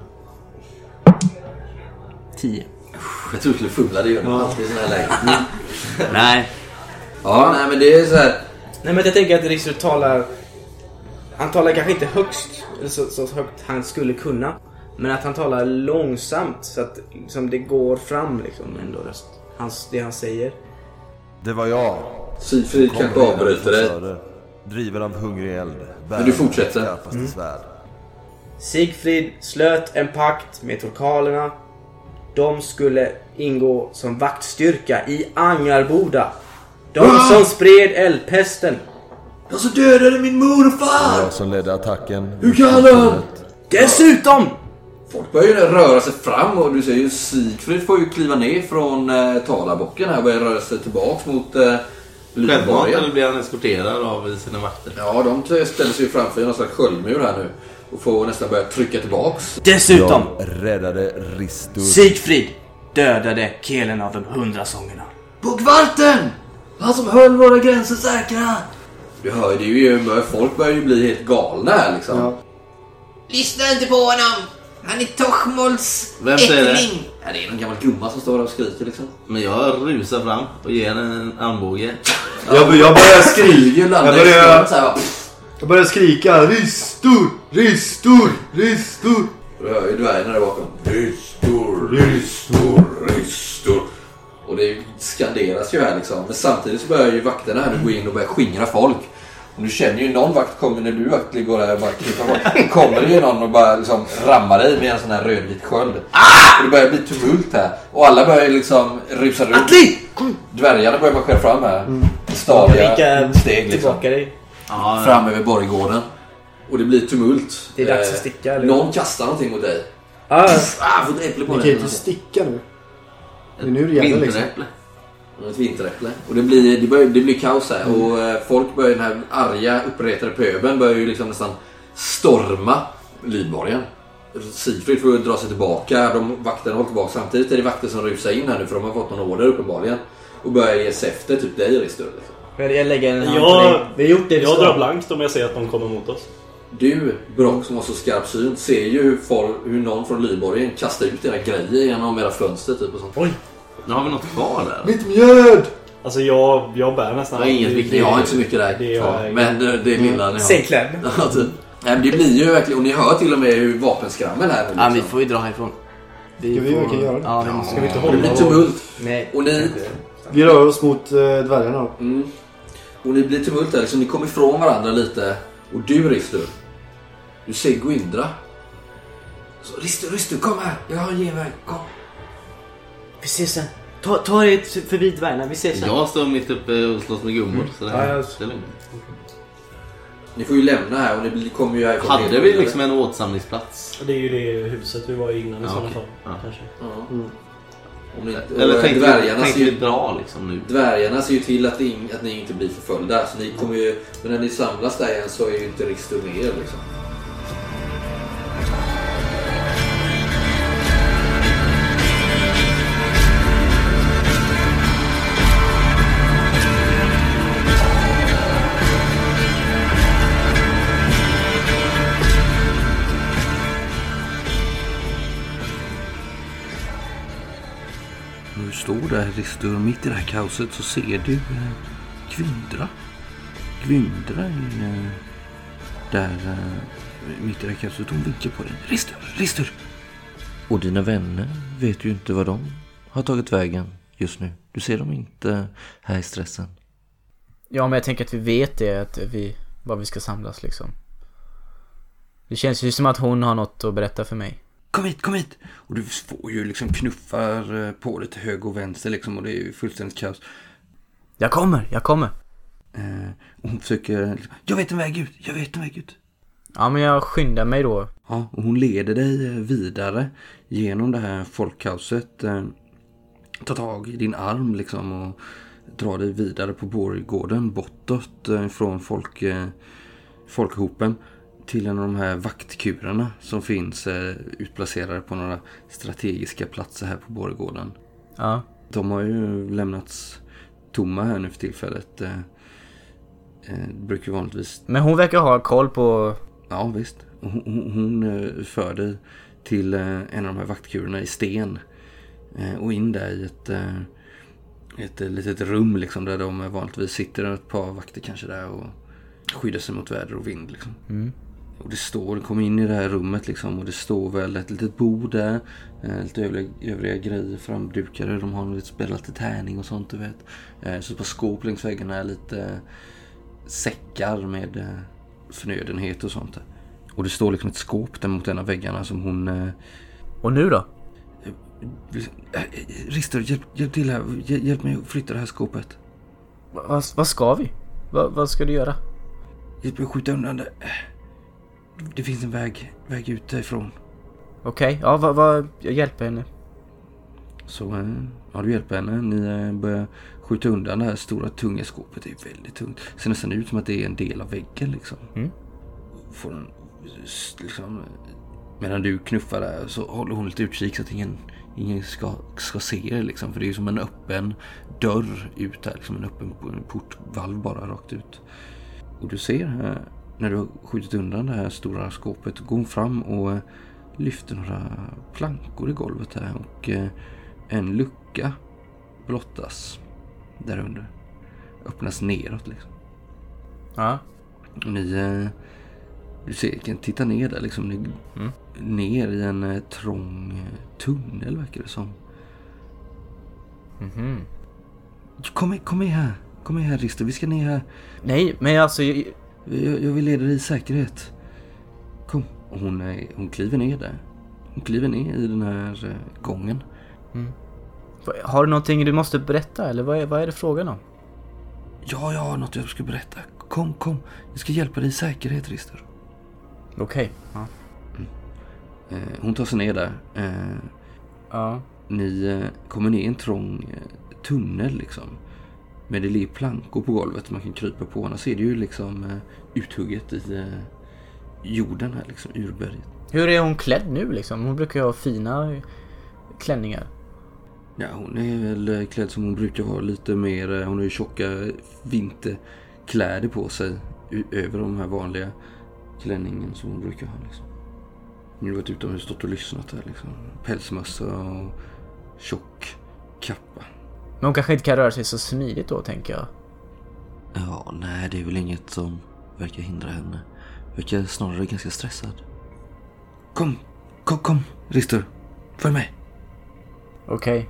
10. Jag tror du skulle fumla, det gör man alltid i sån här läge. Nej. Ja, nej men det är så här. Nej, men jag tänker att Rister talar... Han talar kanske inte högst, eller så högt han skulle kunna. Men att han talar långsamt så att liksom, det går fram liksom, ändå det han säger. Det var jag. Sigfrid kanske avbryter dig. Driver av hungrig eld. Men du fortsätter. Svärd. Sigfrid slöt en pakt med torkalerna. De skulle ingå som vaktstyrka i Angarboda. De som spred eldpesten. Jag så dödade min mor och far! Jag som ledde attacken. Hur kan han? Dessutom! Folk börjar ju röra sig fram och du ser ju Sigfrid får ju kliva ner från talarbocken här och börjar röra sig tillbaks mot Självmant eller blir han eskorterad av sina vakter? Ja, de ställer sig ju framför någon slags sköldmur här nu och får nästan börja trycka tillbaks. Dessutom! Jag räddade Ristur. Sigfrid dödade Kelen av de 100 sångerna. På kvarten! Han som höll våra gränser säkra! Du hör det ju, folk börjar ju bli helt galna här liksom. Ja. Lyssna inte på honom! Han är Tochmols Vem säger det? Ja, det är någon gammal gumma som står där och skriker liksom. Men jag rusar fram och ger en armbåge. Jag börjar skrika. Jag börjar skrika. Ristur, ristur, ristur. Du hör ju dvärgarna där bakom. Ristur, ristur, ristur. Och det skanderas ju här liksom. Men samtidigt så börjar ju vakterna här nu gå in och börja skingra folk. Och du känner ju någon vakt kommer när du vakt går där och bara klippar bort. Kommer det ju någon och bara liksom rammar dig med en sån här rödvit sköld. Och det börjar bli tumult här. Och alla börjar liksom rusa runt. Atli! Dvärgarna börjar marschera fram här. Stadiga steg liksom. Tillbaka dig. Fram över borggården. Och det blir tumult. Det är dags att sticka. Eller? Någon kastar någonting mot dig. Får ett äpple på dig. Ni kan inte sticka nu. Det är nu det gäller liksom. Ett vinteräpple. Och det blir kaos här. Och folk börjar, den här arga uppretade pöben börjar ju liksom nästan storma Lydborgen. Sigfrid får dra sig tillbaka. Vakterna håller tillbaka. Samtidigt är det vakter som rusar in här nu, för de har fått någon order uppenbarligen. Och börjar ge sig efter typ dig, Ristur. Liksom. Jag lägger en hand på dig. Vi har gjort det. Jag drar blankt om jag ser att de kommer mot oss. Du, Brock, som har så skarp syn, ser ju hur någon från Lydborgen kastar ut era grejer genom era fönster typ och sånt. Oj! Nu har vi något kvar där. Mitt mjöd! Alltså jag bär nästan... Ni har inte så mycket där. Men det är lilla ni har. Sängklädd. Ja, typ. Nej, men det blir ju verkligen... Och ni hör till och med hur vapenskrammel här nu. Ja, vi får ju dra härifrån. Ska vi verkligen göra det? Ja, vi måste. Ska vi inte hålla? Det blir tumult. Nej. Och ni... Vi rör oss mot dvärgarna då. Och ni blir tumult där. Liksom, ni kommer ifrån varandra lite. Och du, Ristur. Du ser Gwindra. Så, Ristur, kom här. Jag har en genväg. Kom. Vi ses sen. Ta er förbi dvärgarna. Vi ses sen. Jag står mitt uppe och slåss med gummor. Så det är lugnt. Ni får ju lämna här och ni kommer ju härifrån. Hade vi liksom en åtsamlingsplats? Det är ju det huset vi var i innan i sådana fall. Ja. Kanske. Om ni, Eller dvärgarna tänkte vi dra liksom nu? Dvärgarna ser ju till att ni inte blir förföljda. Så ni kommer ju, men när ni samlas där igen så är ju inte Ristur med er liksom. När du står där, Ristur, mitt i det här kaoset så ser du Gwindra. Gwindra är där mitt i det här kaoset. Hon vinkar på dig. Ristur! Och dina vänner vet ju inte vad de har tagit vägen just nu. Du ser dem inte här i stressen. Ja, men jag tänker att vi vet det, att var vi ska samlas liksom. Det känns ju som att hon har något att berätta för mig. Kom hit! Och du får ju liksom knuffar på dig till höger och vänster liksom, och det är ju fullständigt kaos. Jag kommer. Och hon försöker liksom, jag vet en väg ut. Ja, men jag skyndar mig då. Ja, och hon leder dig vidare genom det här folkkaoset. Tar tag i din arm liksom och drar dig vidare på borggården bortåt från folkhopen till en av de här vaktkurerna som finns utplacerade på några strategiska platser här på borggården. Ja. De har ju lämnats tomma här nu för tillfället. Brukar vanligtvis... Men hon verkar ha koll på... Ja, visst. Hon för dig till en av de här vaktkurerna i sten. Och in där i ett litet rum liksom, där de vanligtvis sitter ett par vakter kanske där och skyddar sig mot väder och vind liksom. Och det kommer in i det här rummet liksom, och det står väl ett litet bord där, lite övriga grejer framdukade. De har lite spelat lite tärning och sånt, du vet. Så på skåp längs väggarna är lite säckar med förnödenhet och sånt där. Och det står liksom ett skåp där mot en av väggarna som hon... Och nu då? Ristur, hjälp till här. Hjälp mig att flytta det här skåpet. Vad ska vi? Vad ska du göra? Hjälp mig att skjuta undan det. Det finns en väg ut därifrån. Okej, ja, jag hjälper henne. Så, ja, du hjälper henne. Ni börjar skjuta undan det här stora tunga skåpet. Det är väldigt tungt. Det ser nästan ut som att det är en del av väggen liksom. Får den, liksom, medan du knuffar där så håller hon lite utkik så att ingen ska se det liksom. För det är ju som en öppen dörr ut där. Liksom en öppen portvalv bara rakt ut. Och du ser här, när du har skjutit undan det här stora skåpet, går hon fram och lyfter några plankor i golvet här. Och en lucka blottas där under. Öppnas neråt liksom. Ja. Och du kan titta ner där liksom. Ner i en trång tunnel verkar det som. Kom med här. Kom med här, Ristur. Vi ska ner här. Nej, men alltså... Jag vill leda dig i säkerhet. Kom. Och hon kliver ner där. Hon kliver ner i den här gången. Har du någonting du måste berätta? Eller vad är det frågan om? Ja, jag har något jag ska berätta. Kom. Jag ska hjälpa dig i säkerhet, Ristur. Okej. Ja. Hon tar sig ner där. Ja. Ni kommer ner i en trång tunnel liksom. Men det ligger plankor på golvet man kan krypa på. Annars är det ju liksom uthugget jorden här liksom, ur berget. Hur är hon klädd nu liksom? Hon brukar ju ha fina klänningar. Ja, hon är väl klädd som hon brukar vara, lite mer, hon har ju tjocka vinterkläder på sig över de här vanliga klänningen som hon brukar ha liksom. Hon har varit utomhus, stått och lyssnat här liksom. Pälsmössa och tjock kappa. Men hon kanske inte kan röra sig så smidigt då, tänker jag. Ja, nej, det är väl inget som verkar hindra henne. Verkar snarare ganska stressad. Kom, Rister. Följ med. Okej.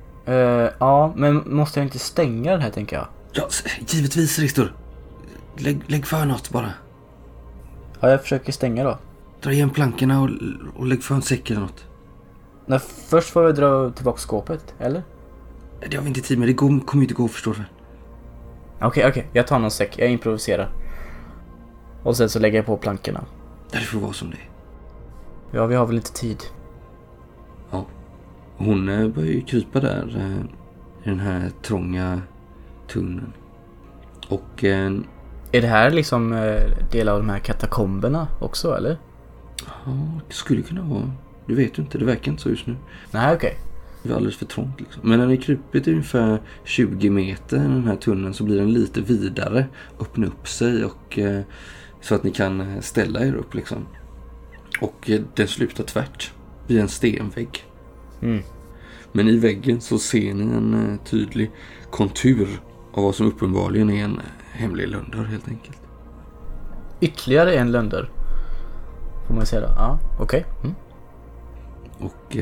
Ja, men måste jag inte stänga den här, tänker jag? Ja, givetvis, Rister. Lägg för något bara. Ja, jag försöker stänga då. Dra igen plankorna och lägg för en säck eller något. Nej, först får vi dra tillbaka skåpet, eller? Det har vi inte tid med, det kommer ju inte gå, förstår du. Okej, jag tar någon säck, jag improviserar. Och sen så lägger jag på plankorna. Det får vara som det är. Ja, vi har väl inte tid. Ja. Hon börjar ju krypa där i den här trånga tunneln. Och är det här liksom del av de här katakomberna också, eller? ja, det skulle kunna vara. Du vet ju inte, det verkar inte så just nu. Nej, okej. Det är alldeles för trångt liksom. Men när ni krypit ungefär 20 meter i den här tunneln så blir den lite vidare, öppna upp sig och så att ni kan ställa er upp liksom. Och den slutar tvärt vid en stenvägg. Men i väggen så ser ni en tydlig kontur av vad som uppenbarligen är en hemlig lönder helt enkelt. Ytterligare en lönder, får man säga då. Ja, okej. Och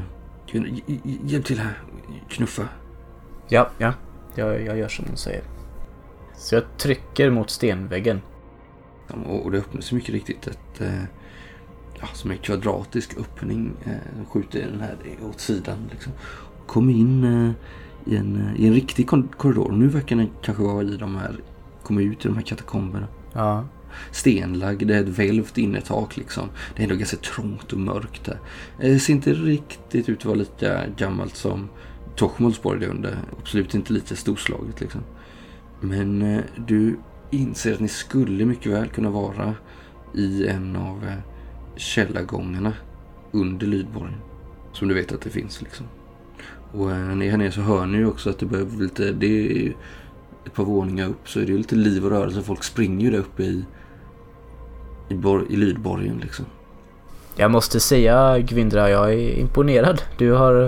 hjälp till här, knuffa. Ja, jag gör som hon säger. Så jag trycker mot stenväggen. Och det öppnar sig mycket riktigt som en kvadratisk öppning. Skjuter den här åt sidan liksom. Kom in i en riktig korridor. Nu verkar den kanske vara i de här, komma ut i de här katakomberna. Ja. Stenlagd, det är ett välvt innertak liksom. Det är ändå ganska trångt och mörkt där. Det ser inte riktigt ut att vara lika gammalt som Torchmoldsborg det under. Absolut inte lite storslaget liksom. Men du inser att ni skulle mycket väl kunna vara i en av källargångarna under Lydborgen. Som du vet att det finns liksom. Och när ni är här nere så hör ni ju också att det börjar bli lite, det är ett par våningar upp så är det ju lite liv och rörelse. Folk springer ju där uppe i Lydborgen liksom. Jag måste säga, Gwyndra, jag är imponerad. Du har,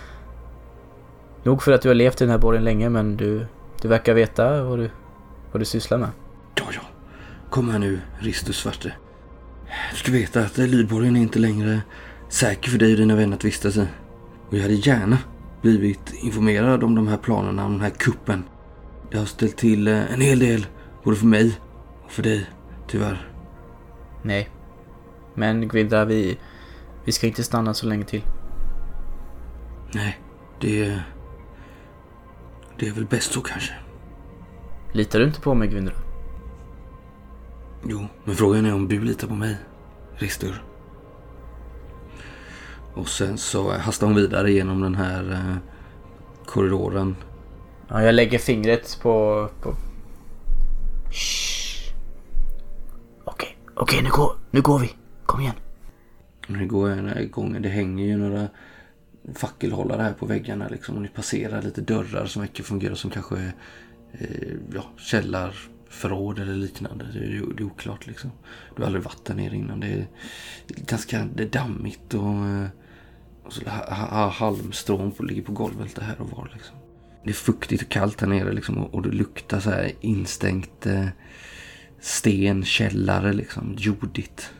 nog för att du har levt i den här borgen länge, men du verkar veta vad du sysslar med. Ja. Kom här nu, Ristus svarte. Du ska veta att Lydborgen är inte längre säker för dig och dina vänner att vistas i. Och jag hade gärna blivit informerad om de här planerna, om den här kuppen. Det har ställt till en hel del, både för mig och för dig, tyvärr. Nej. Men Gwyndra, vi ska inte stanna så länge till. Nej, det är väl bäst så kanske. Litar du inte på mig, Gwyndra? Jo, men frågan är om du litar på mig, Ristur. Och sen så hastar hon vidare genom den här korridoren. Ja, jag lägger fingret på... Okej, nu går vi. Kom igen. Nu går jag den här gången. Det hänger ju några fackelhållare här på väggarna liksom. Och ni passerar lite dörrar som verkar fungera som kanske källarförråd eller liknande. Det är oklart liksom. Du har aldrig varit där nere innan. Det är ganska dammigt och så halmstrån ligger på golvet det här och var liksom. Det är fuktigt och kallt där nere liksom, och det luktar så här instängt sten, källare liksom, jordigt.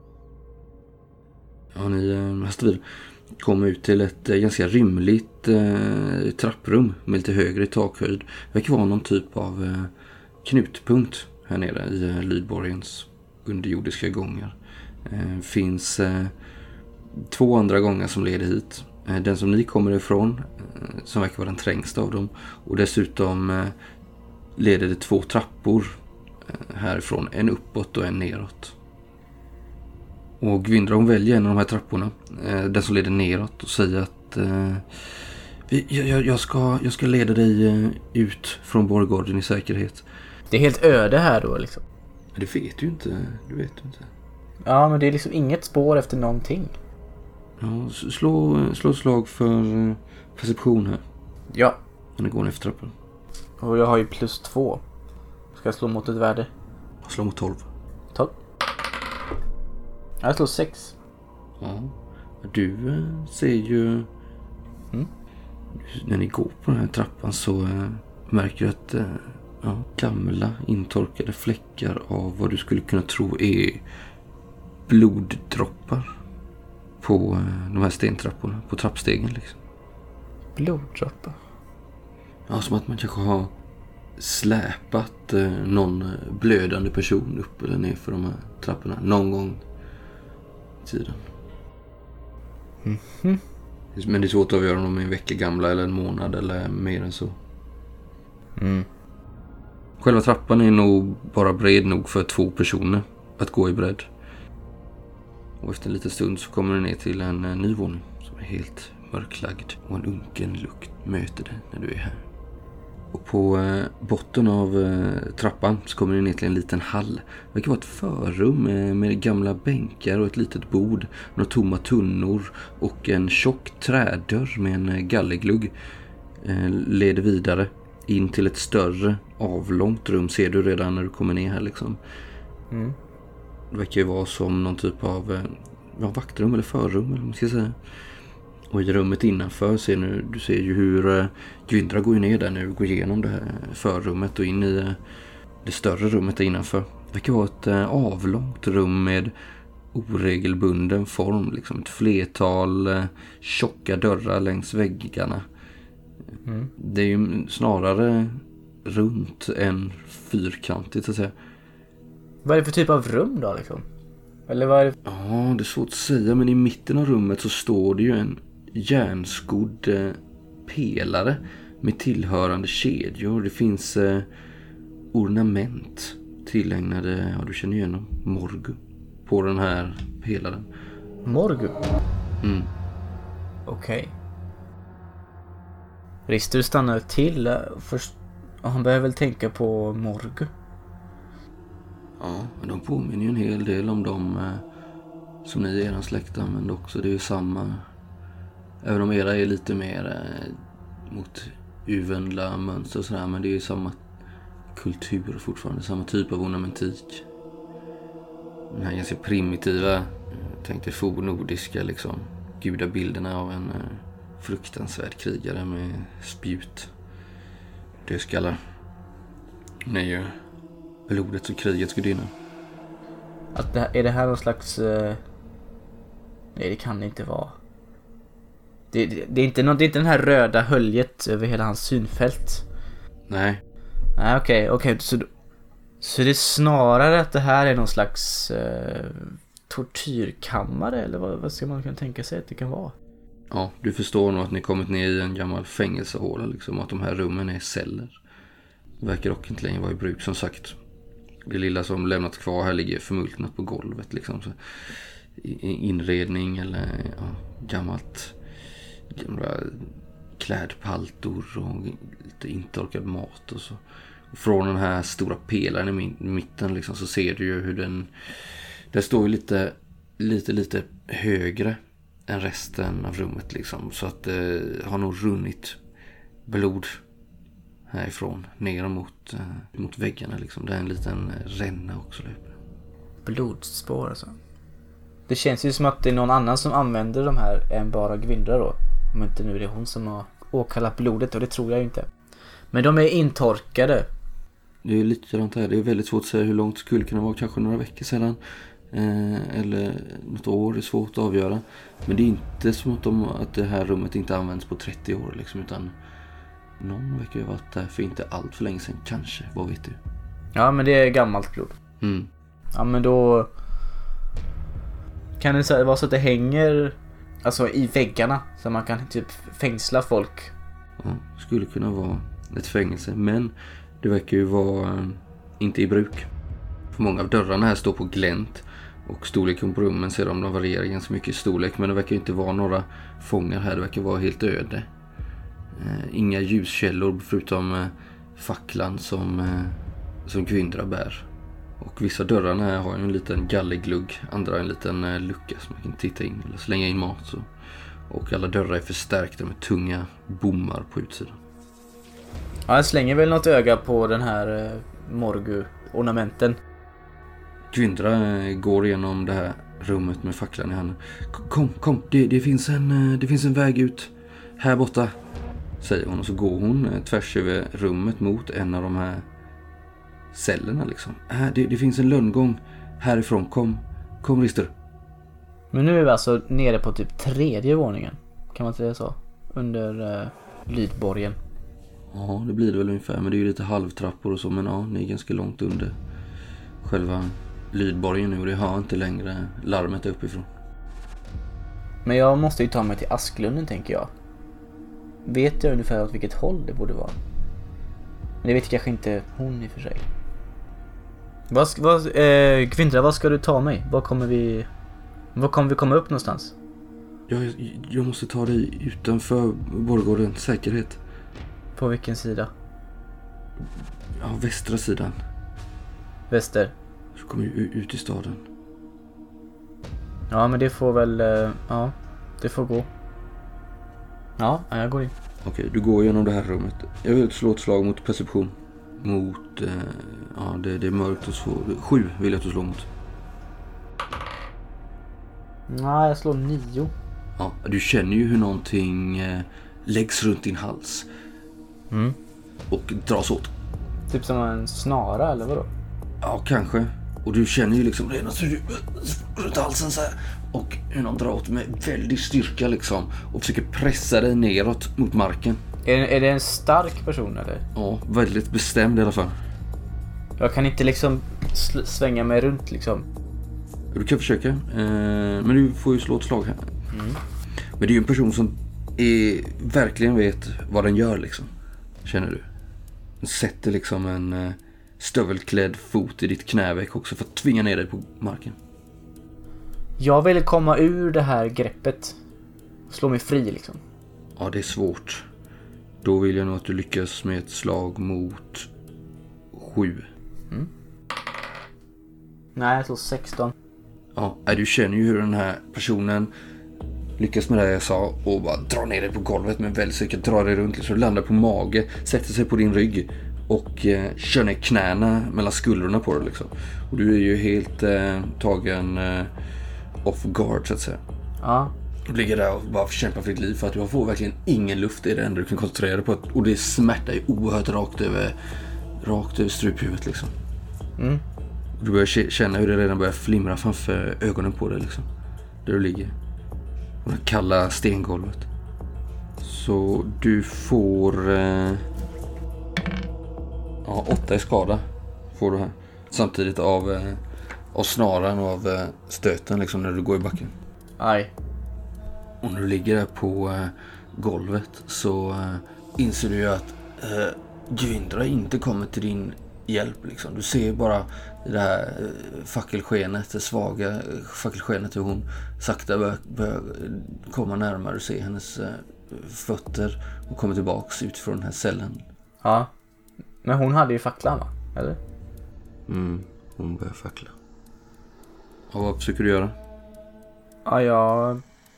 Ja, ni hastar vidare. Kommer ut till ett ganska rymligt trapprum med lite högre takhöjd. Det verkar vara någon typ av knutpunkt här nere i Lydborgens underjordiska gångar. Finns 2 andra gångar som leder hit. Den som ni kommer ifrån, som verkar vara den trängsta av dem. Och dessutom leder det 2 trappor härifrån. En uppåt och en neråt. Och Gwyndra, hon väljer en av de här trapporna. Den som leder neråt och säger att jag ska leda dig ut från Borggården i säkerhet. Det är helt öde här då liksom. Det vet du inte. Ja, men det är liksom inget spår efter någonting. Ja, slå slag för perception här. Ja. När det går efter trappan. Och jag har ju +2. Ska jag slå mot ett värde? Slå mot 12. 12. Jag slår 6. Ja. Du ser ju... När ni går på den här trappan så märker du att gamla intorkade fläckar av vad du skulle kunna tro är bloddroppar på de här stentrapporna, på trappstegen liksom. Bloddroppar? Ja, som att man kanske har släpat någon blödande person upp eller ner för de här trapporna någon gång i tiden. Mm-hmm. Men det är svårt att avgöra om de är en vecka gamla eller en månad eller mer än så. Mm. Själva trappan är nog bara bred nog för 2 personer att gå i bredd. Och efter en liten stund så kommer du ner till en ny våning som är helt mörklagd. Och en unken lukt möter dig när du är här. Och på botten av trappan så kommer du ner till en liten hall. Det verkar vara ett förrum med gamla bänkar och ett litet bord. Några tomma tunnor och en tjock trädörr med en gallerglugg leder vidare in till ett större avlångt rum. Ser du redan när du kommer ner här liksom. Mm. Det verkar ju vara som någon typ av vaktrum eller förrum eller vad man ska säga. Och i rummet innanför ser du ser ju hur Gyndra går ner där nu, går igenom det här förrummet och in i det större rummet där innanför. Det verkar vara ett avlångt rum med oregelbunden form, liksom ett flertal tjocka dörrar längs väggarna. Mm. Det är ju snarare runt än fyrkantigt så att säga. Vad är det för typ av rum då liksom? Eller vad är det? Ja, det är svårt att säga, men i mitten av rummet så står det ju en järnskodd pelare med tillhörande kedjor. Det finns ornament tillägnade, ja du känner igenom, Morgu på den här pelaren. Morgu? Mm. Okej. Rister stannar till först. Han behöver väl tänka på Morgu. Ja, men de påminner ju en hel del om de som ni i eran släkt använder också. Det är ju samma, även om era är lite mer mot uvänliga mönster och sådär, men det är ju samma kultur fortfarande, samma typ av ornamentik. Den här ganska primitiva, tänkte fornnordiska liksom, gudabilderna av en fruktansvärd krigare med spjut, dödskallar. Den är ju blodets och krigets gudinna. Att är det här någon slags... Nej, det kan det inte vara. Det är inte den här röda höljet över hela hans synfält. Nej. Nej, okej. Så det är snarare att det här är någon slags tortyrkammare, eller vad ska man kunna tänka sig att det kan vara? Ja, du förstår nog att ni kommit ner i en gammal fängelsehåla liksom, att de här rummen är celler. Det verkar dock inte längre vara i bruk, som sagt. Det lilla som lämnats kvar här ligger förmultnat på golvet liksom. Så inredning eller gamla klädpaltor och lite intorkad mat och så. Och från den här stora pelaren i mitten liksom, så ser du ju hur den står ju lite högre än resten av rummet liksom, så att det har nog runnit blod härifrån ner mot väggarna liksom. Det är en liten ränna också. Blodspår alltså. Det känns ju som att det är någon annan som använder de här än bara Gyndra då. Om inte nu är det hon som har åkallat blodet, och det tror jag inte. Men de är intorkade. Det är lite sånt här. Det är väldigt svårt att säga hur långt det skulle kunna vara. Kanske några veckor sedan. Eller något år. Det är svårt att avgöra. Men det är inte som att det här rummet inte används på 30 år liksom, utan någon verkar ju ha varit där för inte allt för länge sedan. Kanske, vad vet du? Ja, men det är gammalt blod. Mm. Ja, men då kan det vara så att det hänger alltså i väggarna, så man kan typ fängsla folk. Ja, skulle kunna vara ett fängelse, men det verkar ju vara inte i bruk. För många av dörrarna här står på glänt, och storleken på rummen ser de varierar ganska mycket i storlek, men det verkar inte vara några fångar här. Det verkar vara helt öde. Inga ljuskällor förutom facklan som Gyndra bär. Och vissa dörrarna här har ju en liten gallerglugg, andra en liten lucka som man kan titta in eller slänga in mat. Så. Och alla dörrar är förstärkta med tunga bommar på utsidan. Ja, jag slänger väl något öga på den här Morgu-ornamenten. Gwyndra går igenom det här rummet med facklan i handen. Kom, det finns en väg ut här borta, säger hon. Och så går hon tvärs över rummet mot en av de här cellerna liksom. Det finns en lönngång härifrån, kom Rister. Men nu är vi alltså nere på typ 3:e våningen. Kan man säga så? Under Lydborgen. Ja, det blir det väl ungefär. Men det är ju lite halvtrappor och så. Men ja, ni är ganska långt under själva Lydborgen nu. Och det hör inte längre larmet uppifrån. Men jag måste ju ta mig till Asklunden, tänker jag. Vet jag ungefär åt vilket håll det borde vara? Men det vet kanske inte hon i och för sig. Gwyndra, vad ska du ta mig? Var kommer vi komma upp någonstans? Jag måste ta dig utanför borggårdens säkerhet. På vilken sida? Ja, västra sidan. Väster? Så kommer du ut i staden. Ja, men det får väl... ja, det får gå. Ja, jag går in. Okej, du går igenom det här rummet. Jag vill slå ett slag mot perception. Mot... ja, det är mörkt och så. 7 vill jag att du slår mot. Nej, jag slår 9. Ja, du känner ju hur någonting läggs runt din hals. Mm. Och dras åt. Typ som en snara, eller vadå? Ja, kanske. Och du känner ju liksom redan runt halsen så här. Och hur någon drar åt med väldigt styrka liksom. Och försöker pressa dig neråt mot marken. Är det en stark person, eller? Ja, väldigt bestämd i alla fall. Jag kan inte liksom svänga mig runt liksom. Du kan försöka. Men du får ju slå ett slag här. Mm. Men det är ju en person som verkligen vet vad den gör liksom. Känner du? Den sätter liksom en stövelklädd fot i ditt knäveck också för att tvinga ner dig på marken. Jag vill komma ur det här greppet. Slå mig fri liksom. Ja, det är svårt. Då vill jag nog att du lyckas med ett slag mot 7. Mm. Nej, jag slår 16. Ja, du känner ju hur den här personen lyckas med det jag sa och bara drar ner dig på golvet med väldigt styrka, drar dig runt så du landar på mage, sätter sig på din rygg och kör ner knäna mellan skuldrorna på dig liksom. Och du är ju helt tagen off guard så att säga. Ja. Du ligger där och bara kämpar för ditt liv för att du får verkligen ingen luft. Det är det enda du kan koncentrera dig på. Och det smärtar ju oerhört rakt över struphuvudet liksom. Mm. Du börjar känna hur det redan börjar flimra framför ögonen på dig liksom. Där du ligger. Och det kalla stengolvet. Så du får 8 i skada får du här. Samtidigt av snaran och av stöten liksom när du går i backen. Aj. Och när du ligger där på golvet så inser du ju att Gwyndra inte kommer till din hjälp liksom. Du ser bara det här fackelskenet, det svaga fackelskenet hur hon sakta börjar komma närmare. Du ser hennes fötter och kommer tillbaks utifrån den här cellen. Ja. Men hon hade ju facklan, va? Eller? Hon börjar fackla. Och vad försöker du göra? Ja,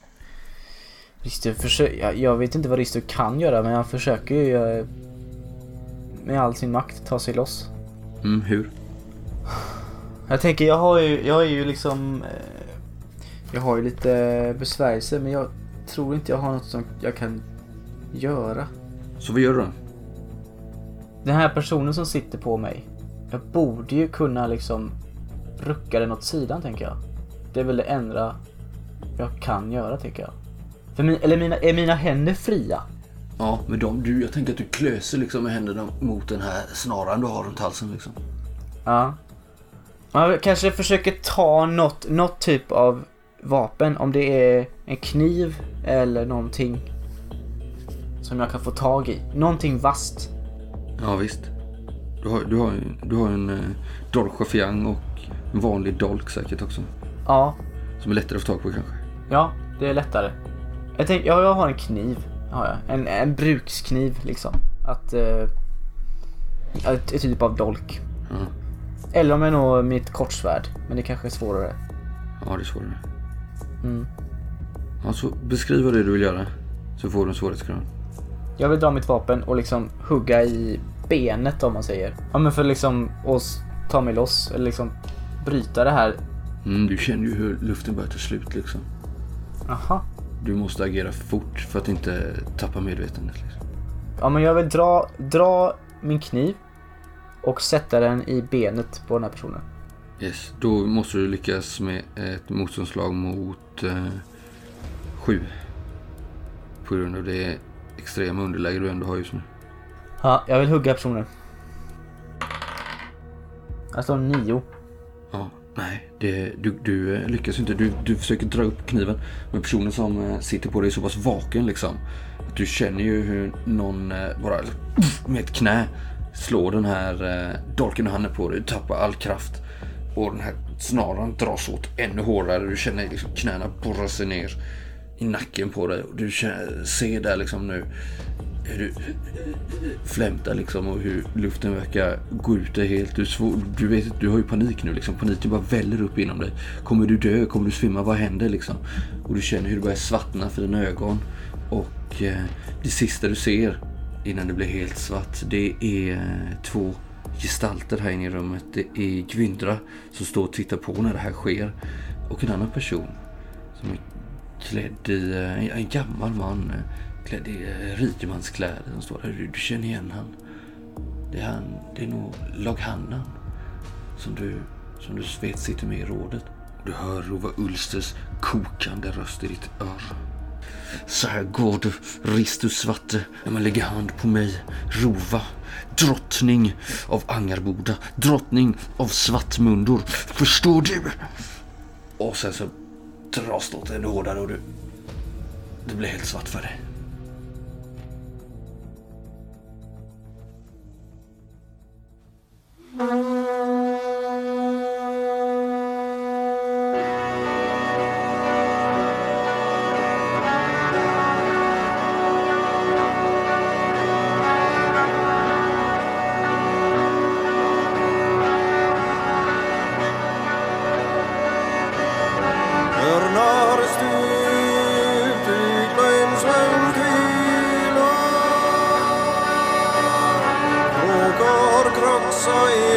jag vet inte vad Rister kan göra, men han försöker ju med all sin makt ta sig loss. Hur? Jag tänker, jag är ju liksom jag har ju lite besvärjelse, men jag tror inte jag har något som jag kan göra. Så vad gör du då? Den här personen som sitter på mig, jag borde ju kunna liksom rucka den åt sidan, tänker jag. Det är väl det enda jag kan göra, tycker jag. Är mina händer fria? Ja, men jag tänker att du klöser liksom med händerna mot den här snaran du har runt halsen liksom. Ja. Man kanske försöker ta något typ av vapen, om det är en kniv eller någonting som jag kan få tag i. Någonting vasst. Ja, visst. Du har en dolchafiang och en vanlig dolk säkert också. Ja. Som är lättare att få tag på kanske. Ja, det är lättare. Jag tänker, jag har en kniv. Har jag. En brukskniv liksom. Ett typ av dolk. Eller om jag når mitt kortsvärd. Men det kanske är svårare. Ja, det är svårare. Mm. Alltså, beskriv vad det är du vill göra. Så får du en svårighetsgrad. Jag vill dra mitt vapen och liksom hugga i benet, om man säger. Ja, men för liksom att ta mig loss. Eller liksom bryta det här. Du känner ju hur luften börjar ta slut liksom. Aha. Du måste agera fort för att inte tappa medvetandet liksom. Ja, men jag vill dra min kniv och sätta den i benet på den här personen. Yes, då måste du lyckas med ett motståndslag mot 7. På grund av det extrema underläge du ändå har just nu. Ja, jag vill hugga personen. Alltså 9. Ja, nej, du lyckas inte. Du försöker dra upp kniven. Men personen som sitter på dig är så pass vaken liksom. Att du känner ju hur någon bara med ett knä slår den här dolken i handen på dig. Du tappar all kraft. Och den här snaran dras åt ännu hårdare. Du känner liksom knäna borra sig ner i nacken på dig. Och du ser där liksom nu hur du flämtar liksom och hur luften verkar gå ut dig helt. Du vet, du har ju panik nu liksom. Paniken bara väller upp inom dig. Kommer du dö? Kommer du svimma? Vad händer liksom? Och du känner hur det börjar svartna för dina ögon. Och det sista du ser innan det blir helt svart, det är 2 gestalter här inne i rummet. Det är Gwyndra som står och tittar på när det här sker. Och en annan person som är klädd i en gammal man klädd i rikemanskläder som står där. Du känner igen han. Det är nog Laghannan som du vet sitter med i rådet. Du hör Rova Ulsters kokande röst i ditt öra. Så här går det, Ristus Svarte, när man lägger hand på mig, Rova, drottning av Angarboda, drottning av Svartmundor. Förstår du? Och sen så dras det ännu hårdare och det blir helt svart för dig. Soy